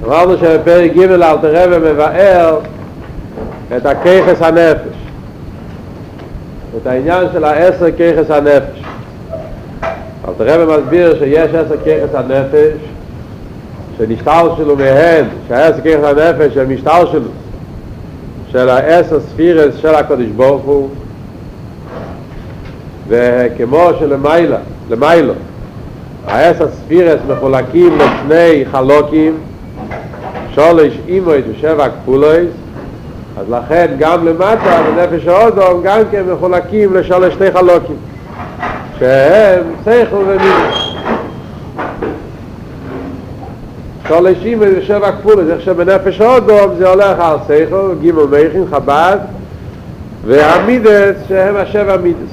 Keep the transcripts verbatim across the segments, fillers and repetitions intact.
אמרנו שבפרק ג' אלתר רבי מבאר את הכיחס הנפש, את העניין של העשר כיחס הנפש. אלתר רבי מסביר שיש עשר כיחס הנפש שנשתל שלו מהן, שהעשר כיחס הנפש הם משתל שלו של העשר ספירס של הקדוש ברוך הוא, וכמו שלמעלה, למיילו העשר ספירס מחולקים לשני חלוקים, שולש אימויס ושבע כפולויס, אז לכן גם למטה בנפש האודום גם כן מחולקים לשלוש שני חלוקים שהם שכל ומידס. שולש אימויס ושבע כפולויס, איך שבנפש האודום זה הולך על שכל, גימל מייכין, חב"ד, והמידס שהם השבע מידס.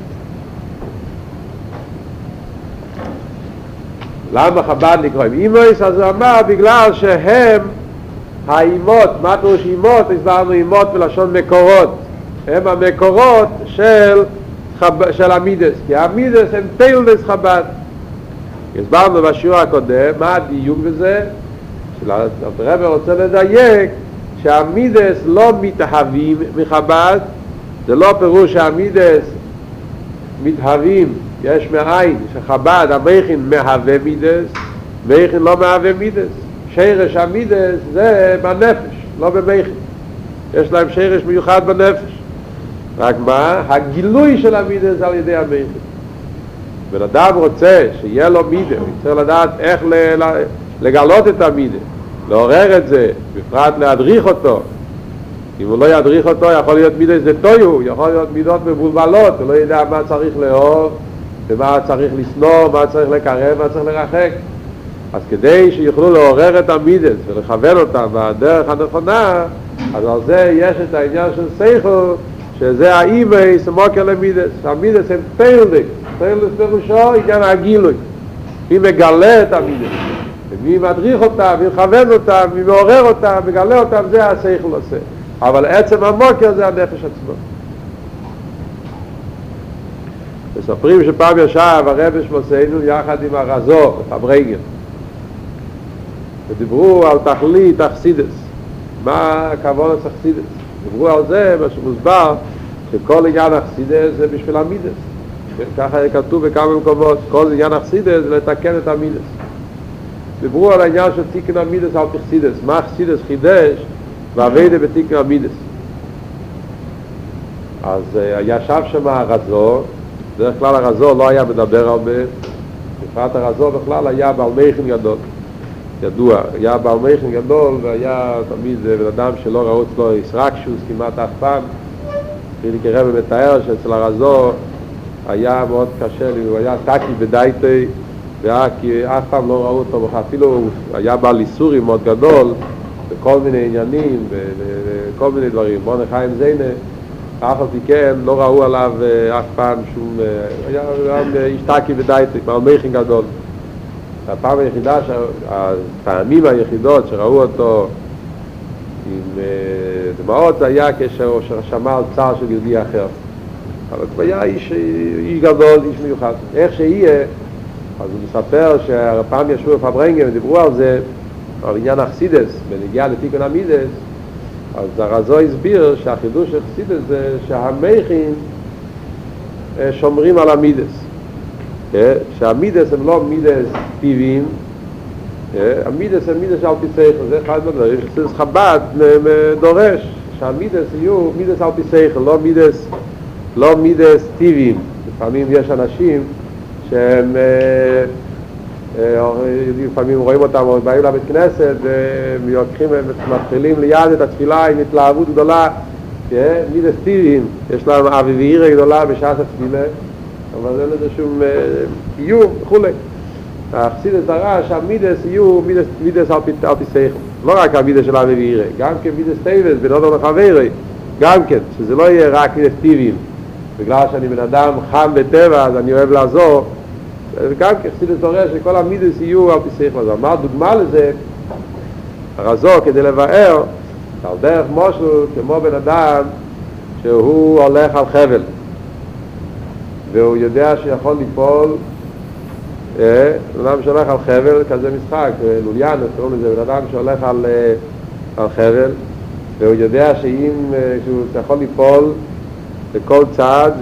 למה חב"ד נקראים אימויס? אז הוא אמר בגלל שהם האימות. מה פירוש אימות? הסברנו אימות בלשון מקורות, הם המקורות של, חב... של המידס, כי המידס הם טיילדס חב"ד. הסברנו בשיעור הקודם מה הדיוק בזה, הרב רוצה לדייק שהמידס לא מתהווים מחב"ד. זה לא פירוש שהמידס מתהווים יש מאין, שחב"ד המכין מהווה מידס, מכין לא מהווה מידס. שרש המידס זה בנפש, לא במכין. יש להם שרש מיוחד בנפש. רק מה? הגילוי של המידס על ידי המכין. בן אדם רוצה שיהיה לו מידס, הוא צריך לדעת איך לגלות את המידס, לעורר את זה, בפרט להדריך אותו. אם הוא לא ידריך אותו, יכול להיות מידס זה טויו, יכול להיות מידות מבולבלות, הוא לא יודע מה צריך לאהוב, ומה צריך לסנוע, מה צריך לקרב, מה צריך לרחק. אז כדי שיוכלו לעורר את המידס ולכוון אותם בדרך הנכונה, אז על זה יש את העניין של שכל, שזה האימייס מוקר למידס. המידס הם טיילדק, טיילדק פירושו עניין הגילוי. מי מגלה את המידס, ומי מדריך אותם, מי מכוון אותם, מי מעורר אותם, מגלה אותם, זה השכל עושה. אבל עצם המוקר זה הנפש עצמו. מספרים שפעם ישב הרב שמוסנו יחד עם הרזו, פברנגר, ודיברו על תכלית אכסידס. מה הכוונה של אכסידס? דיברו על זה, מה שמוסבר, שכל עניין אכסידס זה בשביל המידס. ככה כתוב בכמה מקומות, כל עניין אכסידס זה לתקן את המידס. דיברו על העניין של תיקן המידס על תכסידס. מה אכסידס חידש ועבדה בתיקן המידס. אז ישב שם הרזו, דרך כלל הרזו לא היה מדבר הרבה, בפרט הרזו בכלל היה בעל מכין גדול, ידוע, היה בעל מכין גדול, והיה תמיד בן אדם שלא ראו אצלו ישרקשוס כמעט אף פעם. חיליק הרב מתאר שאצל הרזו היה מאוד קשה לי, הוא היה טקי בדייטי, כי אף פעם לא ראו אותו, אפילו היה בעל איסורי מאוד גדול בכל מיני עניינים וכל מיני דברים. בוא נחיים זיינה, אף על פי כן לא ראו עליו אף פעם שום, היה השתקי ודייטי, בעל מכין גדול. הפעם היחידה, הפעמים היחידות שראו אותו עם דמעות, זה היה כשהוא שמע על צער של יהודי אחר. אבל הוא היה איש, איש גדול, איש מיוחד. איך שיהיה, אז הוא מספר שהפעם ישבו בפברנגר ודיברו על זה, על עניין אכסידס, בנגיעה לתיקון המידס. אז הרזו הסביר שהחידוש של אכסידס זה שהמכין שומרים על המידס, שהמידס הם לא מידס טבעיים, המידס הם מידס על פי שכל. זה אחד מהדברים שחסידס חב"ד דורש, שהמידס יהיו מידס על פי שכל, לא מידס, לא מידס טבעיים. לפעמים יש אנשים שהם לפעמים רואים אותם, באים לבית כנסת ומתחילים ליד את התפילה עם התלהבות גדולה, מידס טבעיים, יש להם אביבעירה גדולה בשעת התפילה, אבל אין לזה שום קיום וכולי. החסידס דרש שהמידס יהיו מידס, מידס על פי שכל, לא רק המידס של אביבעירה, גם כן מידס טבעס בין אדם לחברי, גם כן, שזה לא יהיה רק מידס טבעיים, בגלל שאני בן אדם חם בטבע אז אני אוהב לעזור, וגם כחסידס דורש שכל המידס יהיו על פי שכל. אז אמר דוגמה לזה הרזו כדי לבאר על דרך משהו כמו בן אדם שהוא הולך על חבל והוא יודע שיכול ליפול בן אדם שהולך על חבל, כזה משחק, לוליאן, קוראים לזה, בן אדם שהולך על, על חבל, והוא יודע שאם שהוא יכול ליפול לכל צד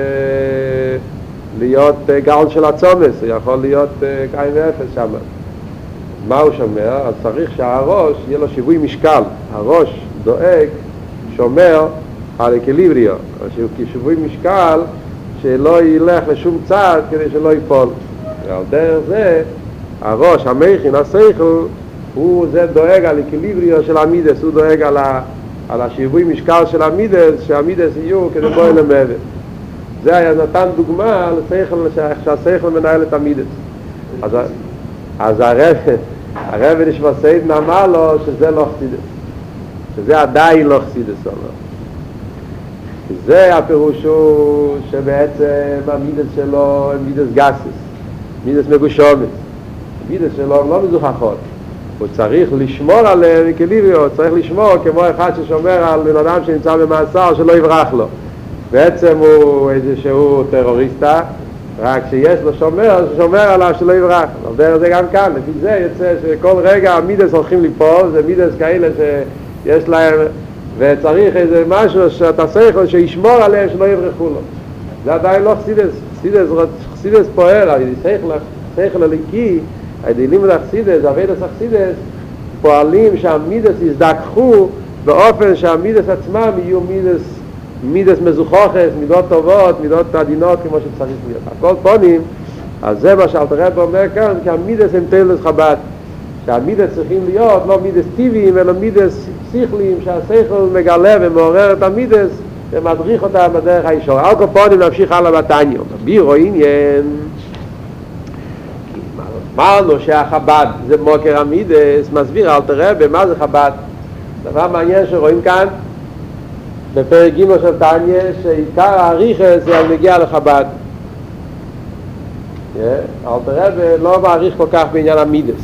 ולהיות גל של הצומס, הוא יכול להיות קיים ואפס שם. מה הוא שומר? אז צריך שהראש יהיה לו שיווי משקל. הראש דואג, שומר על אקליבריו, שיווי משקל שלא ילך לשום צד כדי שלא ייפול. ועל דרך זה הראש, המכין, השכל, הוא זה דואג על אקליבריו של המידס, הוא דואג על, ה, על השיווי משקל של המידס, שהמידס יהיו כדי בוא למוות. זה היה נתן דוגמה לשכל, שהשכל מנהל את המידס. אז, אז הרב, הרב נשמע סיידן אמר לו שזה לא חסידס, שזה עדיין לא חסידס. זה הפירוש הוא שבעצם המידס שלו הם מידס גסס, מידס מגושומס, מידס שלו לא מזוכחות. הוא צריך לשמור עליהם אקליבריו, הוא צריך לשמור כמו אחד ששומר על בן אדם שנמצא במאסר שלא יברח לו. בעצם הוא איזשהו טרוריסטה, רק שיש לו שומר, שומר עליו שלא יברח. אבל דרך זה גם כאן, לפי זה יוצא שכל רגע המידס הולכים ליפול, זה מידס כאלה שיש להם, וצריך איזה משהו שאתה שכל שישמור עליהם שלא יברחו לו. זה עדיין לא חסידס, חסידס, חסידס פועל, שכל הליקי, הידילים לחסידס, אבידס החסידס, פועלים שהמידס יזדכחו באופן שהמידס עצמם יהיו מידס, מידס מזוכחת, מידות טובות, מידות עדינות כמו שצריך להיות. הכל פונים, אז זה מה שאלתר רב אומר כאן, כי המידס הם תלת חב"ד. שהמידס צריכים להיות לא מידס טבעיים, אלא מידס שכליים, שהשכל מגלה ומעורר את המידס ומדריך אותה בדרך הישור. על כל פונים נמשיך הלאה בתניא. בירו עניין, אמרנו שהחב"ד זה מוקר המידס, מסביר אלתר רב מה זה חב"ד. דבר מעניין שרואים כאן בפרק ג' של תניא, שעיקר העריכה זה מגיע לחב"ד. אלתר רב לא מעריך כל כך בעניין המידס.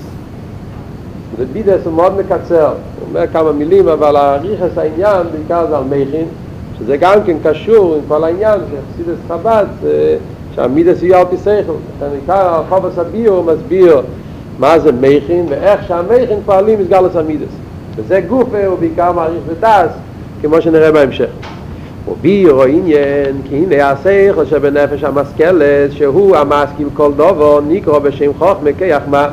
במידס הוא מאוד מקצר, הוא אומר כמה מילים, אבל העריכת העניין בעיקר זה על מכין, שזה גם כן קשור עם כל העניין שחסידס חב"ד, שהמידס יהיה על פי שכל. בעיקר הרחוב הביור מסביר מה זה מכין ואיך שהמכין פועלים מסגלוס המידס. וזה גופה הוא בעיקר מעריך ודס, כמו שנראה בהמשך. ובירו עניין, כי הנה השכל שבנפש המשכלת, שהוא המשכיל כל דובו, נקרא בשם חוכמה כיחמה.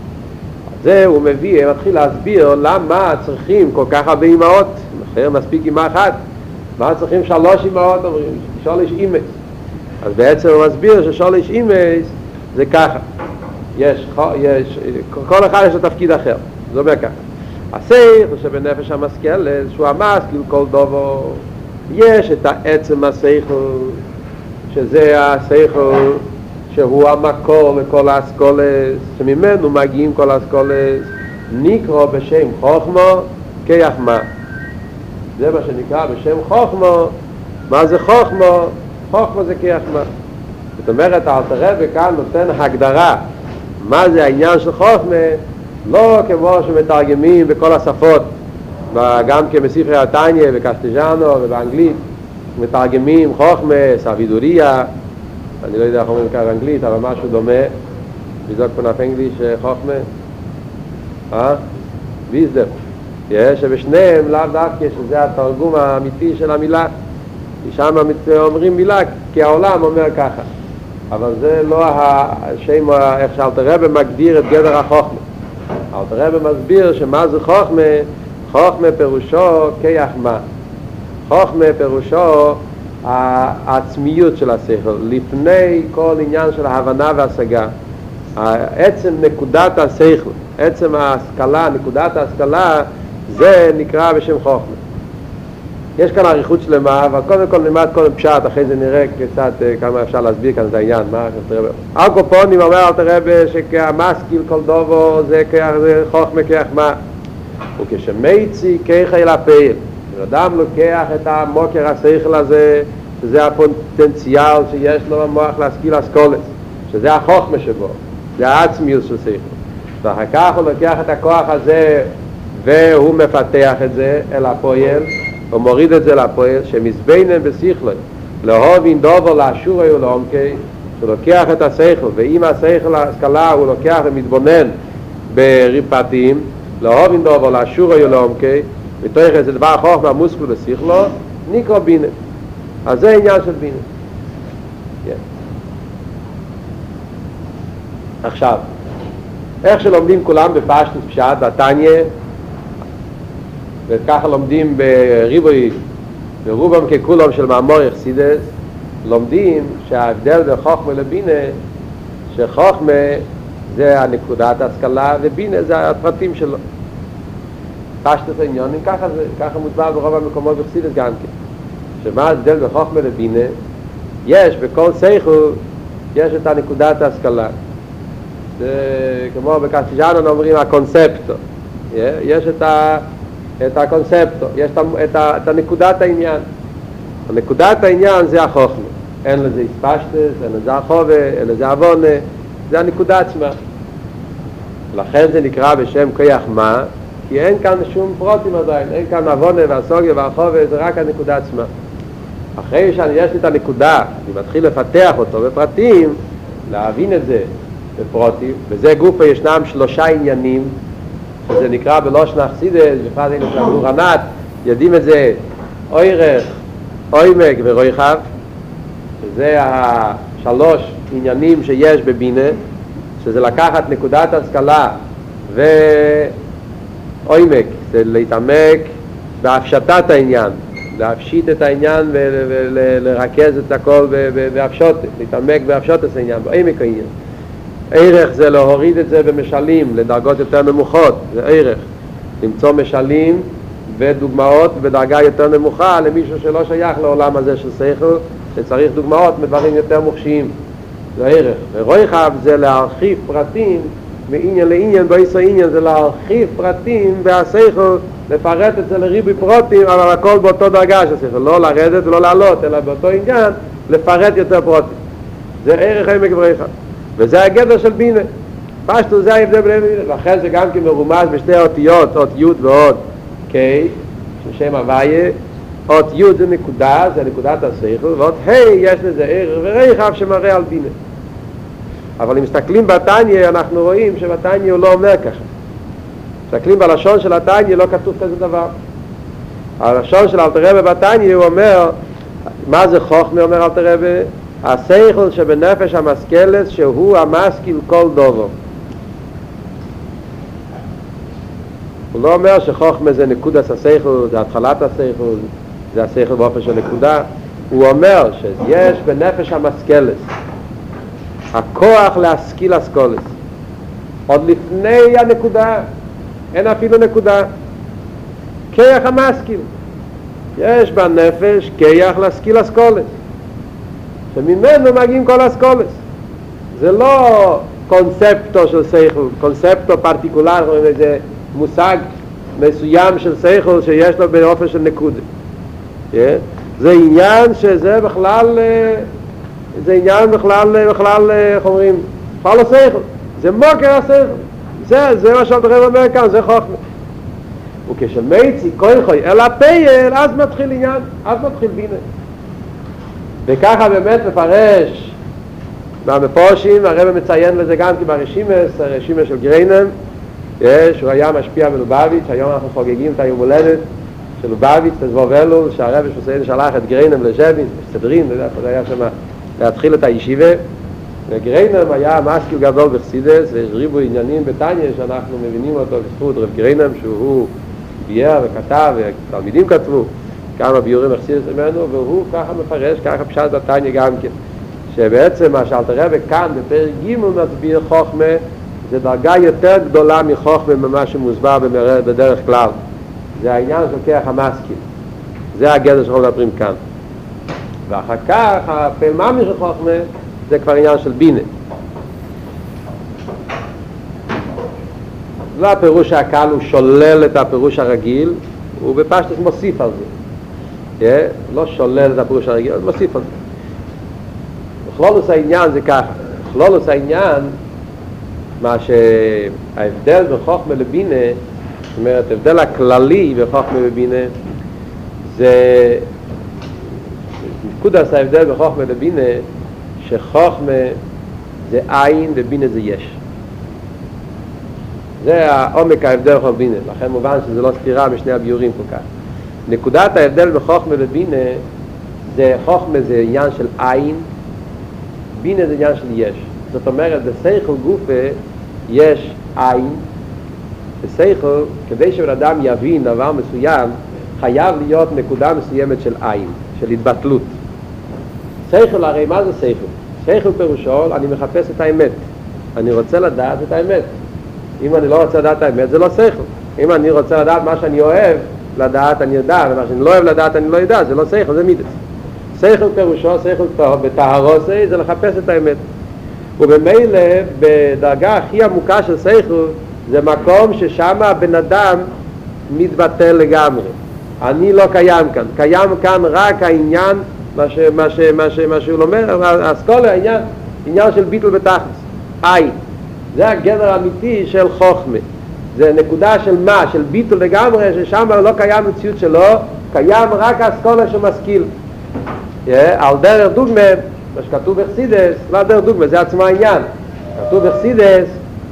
זה הוא מביא, מתחיל להסביר למה צריכים כל כך הרבה אמהות, אחר מספיק אמא אחת, מה צריכים שלוש אמהות, אומרים, שלוש אימס. אז בעצם הוא מסביר ששלוש אימס זה ככה, יש, יש, כל אחד יש לו תפקיד אחר, זה אומר ככה. השכל שבנפש המשכלת, שהוא המשכיל כל דובו, יש את העצם השכל, שזה השכל שהוא המקור לכל האסכולס, שממנו מגיעים כל האסכולס, נקרא בשם חוכמה כיחמה. זה מה שנקרא בשם חוכמה. מה זה חוכמה? חוכמה זה כיחמה. זאת אומרת, אלתר רב כאן נותן הגדרה מה זה העניין של חוכמה, לא כמו שמתרגמים בכל השפות, גם כמספרי התניא בקסטג'אנו ובאנגלית, מתרגמים חוכמה, סבידוריה, אני לא יודע איך אומרים כאן באנגלית, אבל משהו דומה. בדיוק פנף אנגליש חוכמה. אה? ויזדם. יש שבשניהם לאו דווקא שזה התרגום האמיתי של המילה. שם אומרים מילה כי העולם אומר ככה. אבל זה לא השם, איך שאלתר רב מגדיר את גדר החוכמה. אלתר רב מסביר שמה זה חוכמה? חוכמה פירושו כיחמה. חוכמה פירושו העצמיות של השכל, לפני כל עניין של ההבנה וההשגה. עצם נקודת השכל, עצם ההשכלה, נקודת ההשכלה, זה נקרא בשם חוכמה. יש כאן עריכות שלמה, אבל קודם כל נלמד קודם פשט, אחרי זה נראה קצת כמה אפשר להסביר כאן את העניין. על קופונים אומר אלתר רב שכמשכיל כל דובו זה חוכמה כיחמה, וכשמייצי כיחי לפעיל. אדם לוקח את המוקר השכל הזה, שזה הפוטנציאל שיש לו במוח להשכיל אסכולס, שזה החוכמה שבו, זה העצמיות של שכל. ואחר כך הוא לוקח את הכוח הזה והוא מפתח את זה אל הפועל, הוא מוריד את זה לפועל, שמזבנן בשכלו, להובין דובר לאשורי ולעומקי, שהוא לוקח את השכל, ואם השכל ההשכלה הוא לוקח ומתבונן בפרטים, לאהוב אינדוב או לאשור או לעומקי, מתוך איזה דבר חוכמה מושכל ושכלו, נקרא בינה. אז זה עניין של בינה. Yeah. עכשיו, איך שלומדים כולם בפשטות פשט, בתניא, וככה לומדים בריבוי, ברובם ככולם של מאמר חסידות, לומדים שההבדל בין חוכמה לבינה, שחוכמה זה הנקודת ההשכלה ובינה זה הפרטים שלו. פשטות העניונים, ככה, ככה מוסבר ברוב המקומות בחסידות גם כן. שמה ההבדל בין חוכמה לבינה? יש בכל שכל, יש את הנקודת ההשכלה. זה כמו בקסטיג'אנון אומרים הקונספטו. יש את, ה, את הקונספטו, יש את, את, את הנקודת העניין. הנקודת העניין זה החוכמה. אין לזה הספשטס, אין לזה החובה, אין לזה עוונה, זה הנקודה עצמה. לכן זה נקרא בשם כוח מה, כי אין כאן שום פרוטים עדיין, אין כאן עוונה והסוגיה והחובה, זה רק הנקודה עצמה. אחרי שיש לי את הנקודה, אני מתחיל לפתח אותו בפרטים, להבין את זה בפרוטים, וזה גופה ישנם שלושה עניינים, שזה נקרא בלושן החסידות, בפרט הנה של הגור ענת, יודעים את זה אוירך, עומק ורוחב, שזה השלוש עניינים שיש בבינה, שזה לקחת נקודת השכלה ועומק, זה להתעמק בהפשטת העניין, להפשיט את העניין ולרכז את הכל בהפשוט, להתעמק בהפשוט את העניין, בעומק העניין. ערך זה להוריד את זה במשלים לדרגות יותר נמוכות, זה ערך. למצוא משלים ודוגמאות בדרגה יותר נמוכה למישהו שלא שייך לעולם הזה של שכל, שצריך דוגמאות מדברים יותר מוחשיים. זה ערך. ורוחב זה להרחיב פרטים מעניין לעניין, בעשר עניין זה להרחיב פרטים והשכל, לפרט את זה לריבוי פרוטים, אבל הכל באותו דרגה של שכל, לא לרדת ולא לעלות, אלא באותו עניין לפרט יותר פרוטים. זה ערך עמק ורוחב. וזה הגדר של בינה. פשטו זה ההבדל בין בינה. לכן זה גם כן מרומז בשתי אותיות, אות י' ועוד K, שם הוויה. אות י' זה נקודה, זה נקודת השכל, ואות ה' יש לזה ערך ורוחב שמראה על בינה. אבל אם מסתכלים בתניא, אנחנו רואים שבתניא הוא לא אומר ככה. מסתכלים בלשון של התניא, לא כתוב כזה דבר. הלשון של אלתר רבי בתניא הוא אומר, מה זה חוכמה, אומר אלתר רבי? השכל שבנפש המשכלת שהוא המשכיל כל דובו. הוא לא אומר שחוכמה זה נקודת השכל, זה התחלת השכל, זה השכל באופן של נקודה. הוא אומר שיש בנפש המשכלת הכוח להשכיל אסכולת. עוד לפני הנקודה, אין אפילו נקודה. כיח המשכיל. יש בנפש כיח להשכיל אסכולת. שממנו מגיעים כל אסכולת. זה לא קונספטו של שכל, קונספטו פרטיקולר, איזה מושג מסוים של שכל שיש לו באופן של נקודה. Yeah. זה עניין שזה בכלל, זה עניין בכלל, בכלל, איך אומרים, בכלל לא שכל. זה מוקר השכל. זה, זה מה שאתה רואה אומר כאן, זה חוכמה. וכשמייצי כוחוי אל הפייל, אז מתחיל עניין, אז מתחיל בינה. וככה באמת מפרש מהמפורשים, הרב מציין לזה גם כי ברשימס, הרשימס של גריינם, שהוא היה משפיע בלובביץ', היום אנחנו חוגגים את היום הולדת של לובביץ', תזבוב אלול, שהרב שמציין שלח את גריינם לשבין, סדרין, זה היה שם להתחיל את הישיבה, וגריינם היה משכיל גדול בחסידות, ויש ריבו עניינים בתניא שאנחנו מבינים אותו בזכות רב גריינם, שהוא ביאר וכתב, ותלמידים כתבו, כמה ביורים החסידות ממנו, והוא ככה מפרש, ככה פשט בתניא גם כן, שבעצם מה שאלתר רבי כאן בפרק ג' מסביר חוכמה, זה דרגה יותר גדולה מחוכמה ממה שמוסבר בדרך כלל. זה העניין של כיח המשכיל. זה הגדר שאנחנו מדברים כאן. ואחר כך, הפעימה של חוכמה, זה כבר עניין של בינה. לא הפירוש הקל הוא שולל את הפירוש הרגיל, הוא בפשטות מוסיף על זה. לא שולל את הפירוש הרגיל, הוא מוסיף על זה. בכלולוס העניין זה ככה. בכלולוס העניין, מה שההבדל בחוכמה לבינה, זאת אומרת, ההבדל הכללי בחוכמה לבינה, זה נקודת ההבדל בחוכמה לבינה, שחוכמה זה עין ובינה זה יש. זה העומק ההבדל של בינה, לכן מובן שזה לא סתירה משני הביורים כל כך. נקודת ההבדל בחוכמה ובינה זה חוכמה זה עניין של עין, בינה זה עניין של יש. זאת אומרת, בסייכל גופה יש עין, בסייכל, כדי שבן אדם יבין דבר מסוים, חייב להיות נקודה מסוימת של עין, של התבטלות. סייכל, הרי מה זה סייכל? סייכל פירושו, אני מחפש את האמת. אני רוצה לדעת את האמת. אם אני לא רוצה לדעת את האמת, זה לא סייכל. אם אני רוצה לדעת מה שאני אוהב לדעת, אני יודע, ומה שאני לא אוהב לדעת, אני לא יודע, זה לא סייכל, זה מידס. סייכל פירושו, סייכל טוב, בטהרוסי, זה לחפש את האמת. ובמילא, בדרגה הכי עמוקה של סייכל, זה מקום ששם הבן אדם מתבטל לגמרי. אני לא קיים כאן. קיים כאן רק העניין, מה, ש, מה, ש, מה, ש, מה שהוא אומר, האסכולה, העניין, עניין של ביטול בתכלס. עין. זה הגדר האמיתי של חוכמה. זה נקודה של מה? של ביטול לגמרי, ששם לא קיים מציאות שלו, קיים רק האסכולה שמשכיל. Yeah, על דרך דוגמה, מה שכתוב בחסידס, לא דרך דוגמה, זה עצמו העניין. כתוב בחסידס,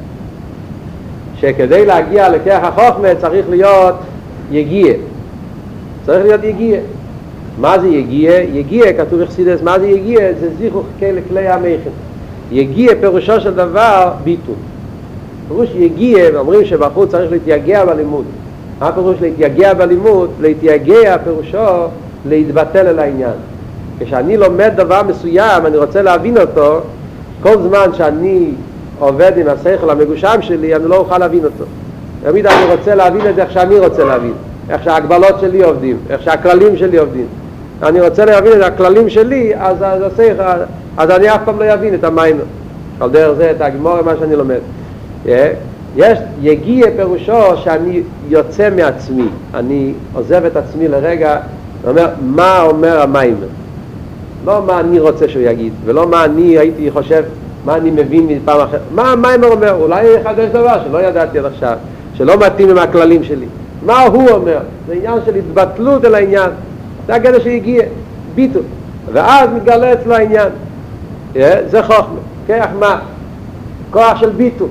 שכדי להגיע לכך החוכמה צריך להיות יגיע. צריך להיות יגיע. מה זה יגיע? יגיע, כתוב בחסידס, מה זה יגיע? זה זיכוך לכלי המכן. יגיע פירושו של דבר ביטול. פירוש יגיע, אומרים שבחוץ צריך להתייגע בלימוד. מה פירוש להתייגע בלימוד? להתייגע פירושו להתבטל על העניין. כשאני לומד דבר מסוים, אני רוצה להבין אותו, כל זמן שאני עובד עם השכל המגושם שלי, אני לא אוכל להבין אותו. תמיד אני רוצה להבין את זה איך שאני רוצה להבין, איך שההגבלות שלי עובדים, איך שהכללים שלי עובדים. אני רוצה להבין את הכללים שלי, אז, אז, השכל, אז אני אף פעם לא אבין את המיימר. על דרך זה, את הגמור, מה שאני לומד. יש, יגיע פירושו שאני יוצא מעצמי, אני עוזב את עצמי לרגע, אומר, מה אומר המיימר? לא מה אני רוצה שהוא יגיד, ולא מה אני הייתי חושב, מה אני מבין מפעם אחרת. מה המיימר אומר? אולי יחדש דבר שלא ידעתי עד עכשיו, שלא מתאים עם הכללים שלי. מה הוא אומר? זה עניין של התבטלות אל העניין. זה הגדר שהגיע, ביטול. ואז מתגלה אצלו העניין. זה חוכמה. כוח מה? כוח של ביטול.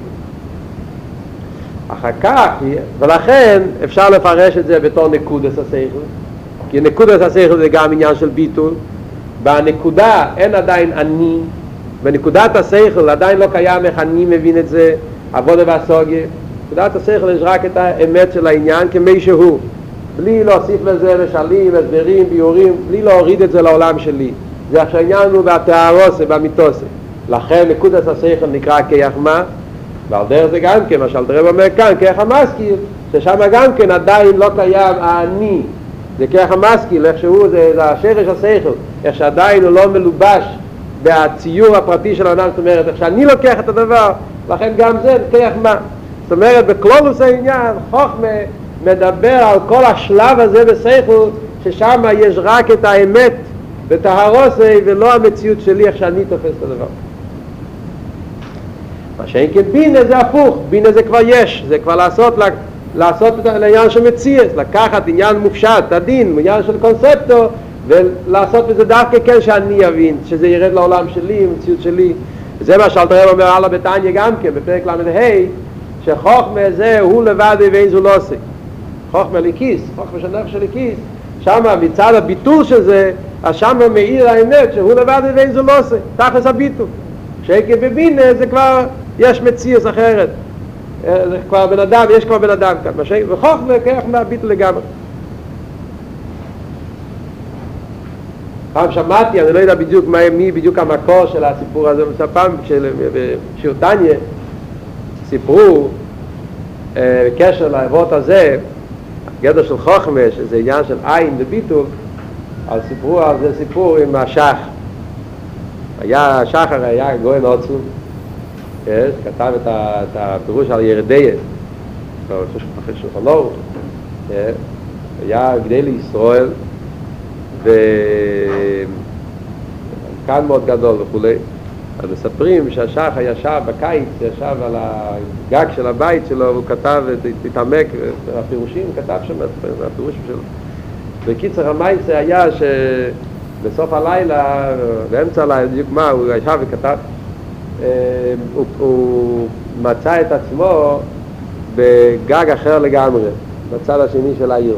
אחר כך, ולכן אפשר לפרש את זה בתור נקודס השכל. כי נקודס השכל זה גם עניין של ביטול. בנקודה אין עדיין אני, בנקודת השכל עדיין לא קיים איך אני מבין את זה, עבודה והסוגיה. בנקודת השכל יש רק את האמת של העניין כמי שהוא, בלי להוסיף לזה משלים, הסברים, ביורים, בלי להוריד את זה לעולם שלי. זה איך שהעניין הוא בתארוסה, במיתוסה. לכן נקודת השכל נקרא כיח מה, ועל דרך זה גם כן, מה שאלת הרב אומר כאן, כיח המזכיר, ששם גם כן עדיין לא קיים האני. זה כיח המשכיל, איך שהוא, זה, זה השרש השכל, איך שעדיין הוא לא מלובש בציור הפרטי של האדם, זאת אומרת, איך שאני לוקח את הדבר, לכן גם זה כיח מה. זאת אומרת, בכלולוס העניין, חוכמה מדבר על כל השלב הזה בשכל, ששם יש רק את האמת בטהרוסי, ולא המציאות שלי, איך שאני תופס את הדבר. מה שאין כן בינה זה הפוך, בינה זה כבר יש, זה כבר לעשות לה, לעשות את העניין שמציאס, לקחת עניין מופשט, הדין, עניין של קונספטו, ולעשות בזה דווקא כן שאני אבין, שזה ירד לעולם שלי, מציאות שלי. וזה מה שאלת הרב אומר הלאה בתניא גם כן, בפרק למד ה', שחוכמה זה הוא לבד ואין זו לא עושה. חוכמה לכיס, חוכמה של נפש של לכיס, שם מצד הביטול של זה, אז שם מאיר האמת שהוא לבד ואין זו לא עושה, תכלס הביטול. כשהקב בבינה זה כבר, יש מציאות אחרת. זה כבר בן אדם, יש כבר בן אדם כאן, וחוכמה כך מהביטול לגמרי. פעם שמעתי, אני לא יודע בדיוק מה, מי בדיוק המקור של הסיפור הזה, פעם בשיר תניא סיפרו בקשר לעבוד הזה, גדר של חוכמה, שזה עניין של עין וביטול, אז סיפרו על זה סיפור עם השח. היה, שחר היה גויין עוצום, כתב את הפירוש על ירדיה, אחרי שולחן אורך, היה גדל לישראל, וכאן מאוד גדול וכולי. אז מספרים שהשח ישב בקיץ, ישב על הגג של הבית שלו, והוא כתב, התעמק, הפירושים, כתב שם, הפירושים שלו. בקיצר המייסה היה בסוף הלילה, באמצע הלילה, בדיוק מה, הוא ישב וכתב, הוא, הוא מצא את עצמו בגג אחר לגמרי, בצד השני של העיר.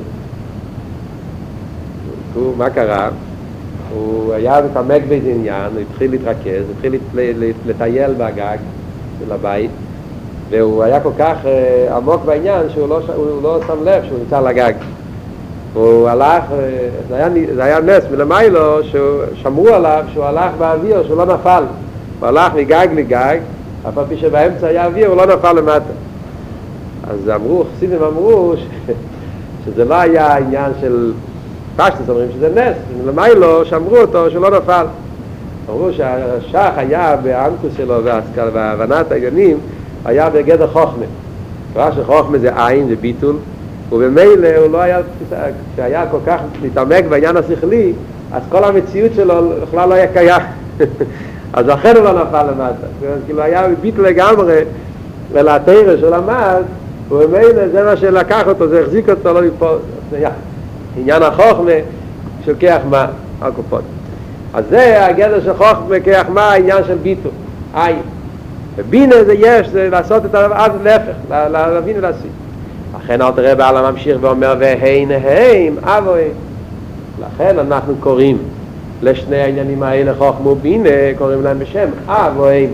הוא, מה קרה? הוא היה מתעמק באיזה עניין, הוא התחיל להתרכז, הוא התחיל לטייל בגג של הבית, והוא היה כל כך uh, עמוק בעניין שהוא לא, הוא לא שם לב שהוא נמצא לגג. הוא הלך, זה היה, זה היה נס מלמיילו, ששמרו עליו שהוא הלך באוויר, שהוא לא נפל. הוא הלך מגג לגג, אף על פי שבאמצע היה אוויר, הוא לא נפל למטה. אז אמרו, חסידים אמרו, ש... שזה לא היה עניין של פשטוס, אומרים שזה נס, מלמיילו שמרו אותו שהוא לא נפל. אמרו שהשח היה באנקוס שלו, בהבנת העניינים, היה בגדר חוכמה. כבר שחוכמה זה עין, זה ביטול, ובמילא הוא לא היה, כשהיה כל כך מתעמק בעניין השכלי, אז כל המציאות שלו בכלל לא היה קיים. אז לכן הוא לא נפל למטה. כאילו היה ביטול לגמרי, ולתרא שהוא למד, ובמילא זה מה שלקח אותו, זה החזיק אותו, לא ליפול. עניין החוכמה של כיח מה, הקופות. אז זה הגדר של חוכמה, כיח מה, העניין של ביטול, עין. ובינה זה יש, זה לעשות את העד להפך, להבין ולעשי. לכן אל תראה בעלה ממשיך ואומר, והין הם אבוים. לכן אנחנו קוראים לשני העניינים האלה, חוכמה ובינה, קוראים להם בשם אבוים.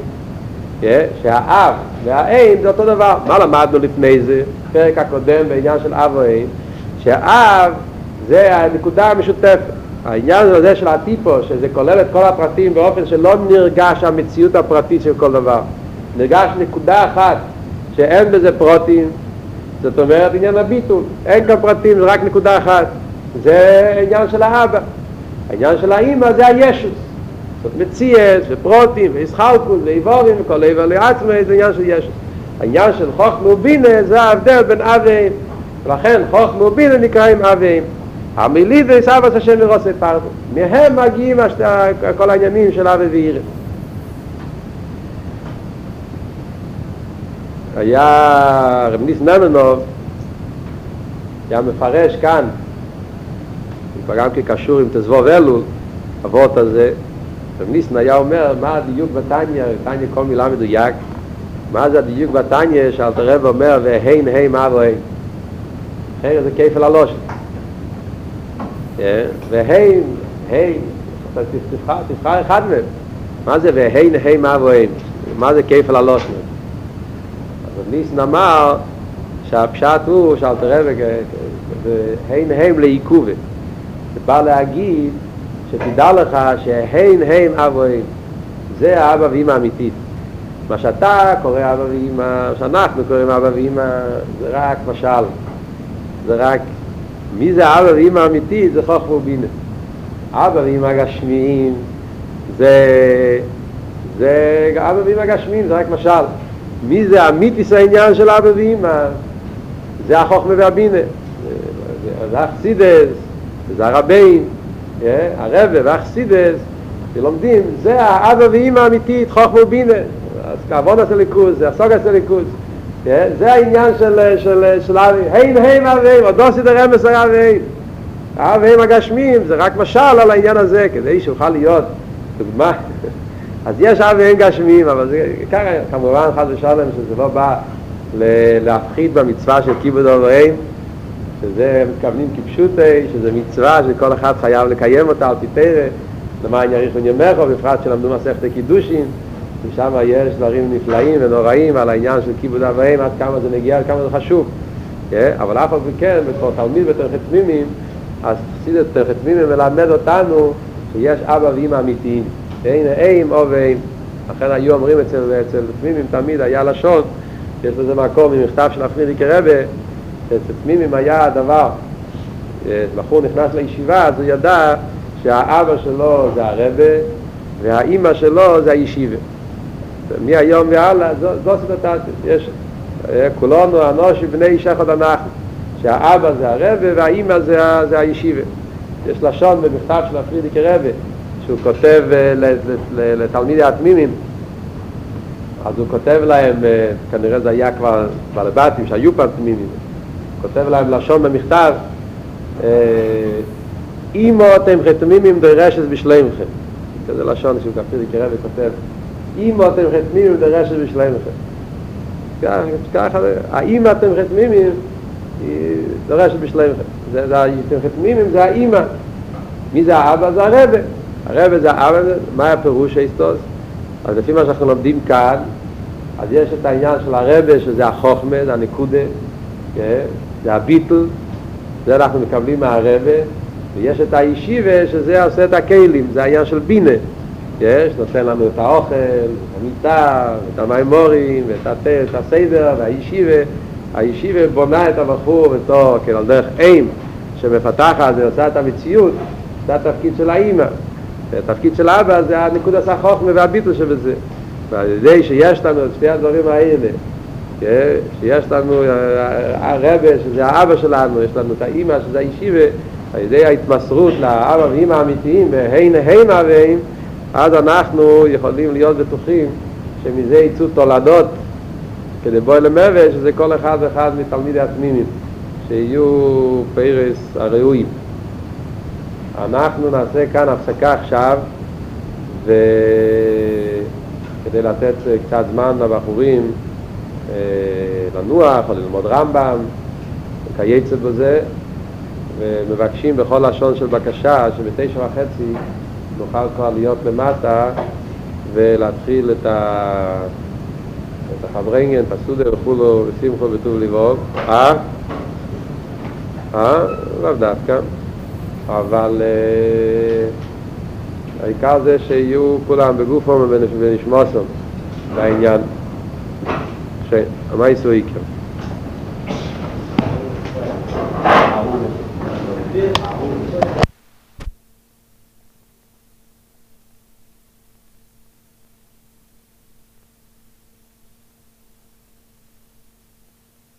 שהאב והאם זה אותו דבר. מה למדנו לפני זה? פרק הקודם בעניין של אבוים, שהאב זה הנקודה המשותפת. העניין הזה של הטיפו, שזה כולל את כל הפרטים באופן שלא נרגש המציאות הפרטית של כל דבר. נרגש נקודה אחת שאין בזה פרוטים, זאת אומרת עניין הביטול, אין כאן פרטים, זה רק נקודה אחת. זה עניין של האבא. העניין של האמא זה הישוס. זאת מציאס ופרוטים וישחלקות ואיבורים וכל איבר לעצמי, זה עניין של ישוס. העניין של חוכמה ובינה זה ההבדל בין אבאים, ולכן חוכמה ובינה נקראים אבאים. המילי וסבס השם לרוסי פרדו, מהם מגיעים כל העניינים של אבי ואירי. היה רב ניס נמנוב, היה מפרש כאן, גם כקשור עם תזבוב אלול, אבות הזה, רב ניסן היה אומר מה הדיוק בתניה, תניה כל מילה מדויק, מה זה הדיוק בתניה שאלתר רב אומר והין הם אבוים, אחרי זה כפל הלושן. והין, הין, תבחר, תבחר אחד מהם, מה זה והין הם אבוים, מה זה כפל הלושן? אז ניסן אמר שהפשט הוא שאלתר רב והין הם לעיכובה, זה בא להגיד שתדע לך שהין הם אבוים, זה האבא ואמא האמיתית. מה שאתה קורא אבא ואמא, מה שאנחנו קוראים אבא ואמא, זה רק משל, זה רק מי זה אבא ואמא האמיתית? זה חוכמה ובינה. אבא ואמא גשמיים זה זה אבא ואמא גשמיים, זה רק משל. מי זה אמיתיס העניין של אבא ואמא? זה החוכמה והבינה, זה החסידס, זה הרבים, הרבא והחסידס שלומדים, זה האבא ואמא האמיתית, חוכמה ובינה. אז כעוון הסליקוס, זה הסוג הסליקוס, זה העניין של של של הין הם אבוים, עוד לא סדר אמס היה אבוים. האבוים הגשמיים זה רק משל על העניין הזה, כדי שיוכל להיות דוגמה. אז יש אבוים גשמיים, אבל זה כמובן חס ושלום שזה לא בא להפחית במצווה של כיבוד אבוים, שזה מתכוונים כפשוטי, שזה מצווה שכל אחד חייב לקיים אותה על פי תורה, למען יאריכון ימיך, בפרט שלמדו מסכת קידושין, ושם יש דברים נפלאים ונוראים על העניין של כיבוד אבוים, עד כמה זה נגיע, עד כמה זה חשוב. אבל אף על פי כן, בתור תלמיד בתרחי תמימים, אז חסידת תרחי תמימים מלמד אותנו שיש אבא ואמא אמיתיים. הנה אם או ואם. לכן היו אומרים אצל, אצל תמימים תמיד היה לשון, יש לזה מקום ממכתב של הפרידיקי רבי, אצל תמימים היה הדבר, בחור נכנס לישיבה, אז הוא ידע שהאבא שלו זה הרבי, והאימא שלו זה הישיבה. מהיום והלאה, זו, זו סדתת, יש, כולנו אנושי בני איש אחד אנחנו, שהאבא זה הרבי והאימא זה, זה הישיבה. יש לשון במכתב של הפרידיקי רבי, שהוא כותב לתלמידי התמימים, אז הוא כותב להם, כנראה זה היה כבר בלבטים שהיו פעם תמימים, כותב להם לשון במכתב, אימו אתם חתמימים דרשת בשלמכם. כזה לשון שהוא כפיר יקרא וכותב, אימו אתם חתמימים דרשת בשלמכם. ככה, האימא אתם חתמימים היא דרשת בשלמכם. אתם חתמימים זה האימא. מי זה האבא? זה הרבה. הרבה זה האבא, מה הפירוש ההיסטוס? אז לפי מה שאנחנו לומדים כאן, אז יש את העניין של הרבה, שזה החוכמה, זה הנקודה, זה הביטל, זה אנחנו מקבלים מהרבה, ויש את הישיבה, שזה עושה את הכלים, זה העניין של בינה. יש, נותן לנו את האוכל, את המיטה, את המימורים, ואת התה, את הסדר, והישיבה. הישיבה בונה את הבחור בתור, כן, על דרך איים, שמפתחת ועושה את המציאות, זה התפקיד של האמא. התפקיד של האבא זה הנקודת החוכמה והביטול שבזה. ועל ידי שיש לנו את שתי הדברים האלה, שיש לנו הרבה שזה האבא שלנו, יש לנו את האמא שזה הישיבה, על ידי ההתמסרות לאבא ואמא האמיתיים והן הם אביהם, אז אנחנו יכולים להיות בטוחים שמזה יצאו תולדות כדי בוא למווה, שזה כל אחד ואחד מתלמידי התמימים שיהיו פרס הראויים. אנחנו נעשה כאן הפסקה עכשיו וכדי לתת קצת זמן לבחורים לנוח או ללמוד רמב"ם וכייצא בזה, ומבקשים בכל לשון של בקשה שבתשע וחצי נוכל כבר להיות למטה ולהתחיל את ה... את החברנגן, את הסודה וכולו ושמחו וטוב לבוב. אה? אה? לא דווקא. אבל העיקר זה שיהיו כולם בגופם ובנשמוסם בעניין. שמה יסו איקר.